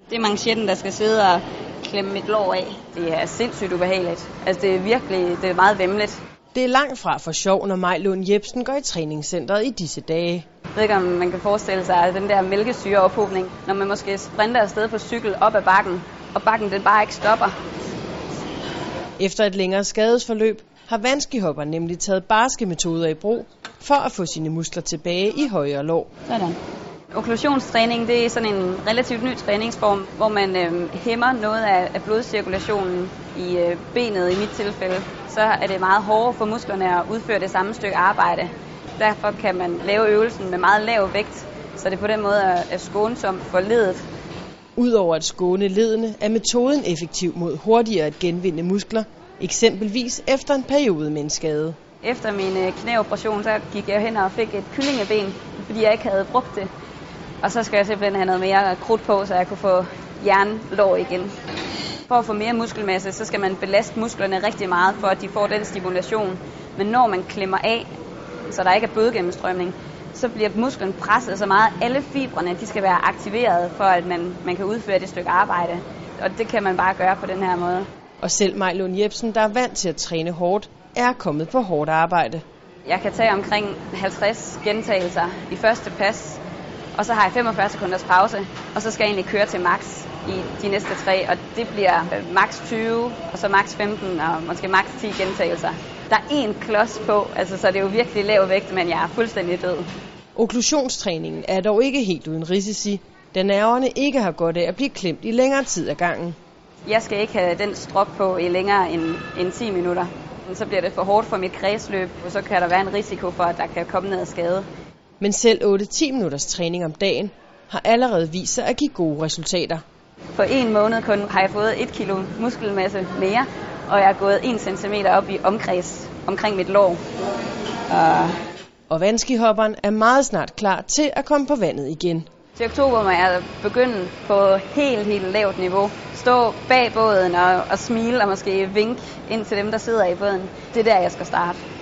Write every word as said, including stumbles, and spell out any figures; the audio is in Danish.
Det er manchetten, der skal sidde og klemme mit lår af. Det er sindssygt ubehageligt. Altså det er virkelig, det er meget væmmeligt. Det er langt fra for sjov, når Maj Lund Jepsen går i træningscenteret i disse dage. Jeg ved ikke, om man kan forestille sig den der mælkesyreophobning, når man måske sprinter afsted på cykel op ad bakken, og bakken den bare ikke stopper. Efter et længere skadesforløb har vandskihopperen nemlig taget barske metoder i brug for at få sine muskler tilbage i højre lår. Sådan. Okklusionstræning, det er sådan en relativt ny træningsform, hvor man øh, hæmmer noget af, af blodcirkulationen i øh, benet i mit tilfælde. Så er det meget hårdere for musklerne at udføre det samme stykke arbejde. Derfor kan man lave øvelsen med meget lav vægt, så det på den måde er, er skånsomt for leddet. Udover at skåne leddene er metoden effektiv mod hurtigere at genvinde muskler, eksempelvis efter en periode med en skade. Efter min knæoperation, så gik jeg hen og fik et kyllingeben, fordi jeg ikke havde brugt det. Og så skal jeg simpelthen have noget mere krudt på, så jeg kunne få jernlår igen. For at få mere muskelmasse, så skal man belaste musklerne rigtig meget, for at de får den stimulation. Men når man klemmer af, så der ikke er blodgennemstrømning, så bliver musklen presset så meget. Alle fibrene de skal være aktiveret, for at man, man kan udføre det stykke arbejde. Og det kan man bare gøre på den her måde. Og selv Maj Lund Jepsen, der er vant til at træne hårdt, er kommet på hårdt arbejde. Jeg kan tage omkring halvtreds gentagelser i første pas, og så har jeg femogfyrre sekunders pause, og så skal jeg egentlig køre til max i de næste tre, og det bliver max tyve, og så max femten, og måske max ti gentagelser. Der er én klods på, altså, så det er jo virkelig lav vægt, men jeg er fuldstændig død. Okklusionstræningen er dog ikke helt uden risici, da nerverne ikke har godt af at blive klemt i længere tid ad gangen. Jeg skal ikke have den strop på i længere end, end ti minutter. Så bliver det for hårdt for mit kredsløb, og så kan der være en risiko for, at der kan komme ned af skade. Men selv otte til ti minutters træning om dagen har allerede vist sig at give gode resultater. På en måned kun har jeg fået et kilo muskelmasse mere, og jeg er gået en centimeter op i omkreds omkring mit lår. Uh. Og vandskihopperen er meget snart klar til at komme på vandet igen. Til oktober må jeg begynde på helt, helt lavt niveau. Stå bag båden og, og smile og måske vinke ind til dem, der sidder i båden. Det er der, jeg skal starte.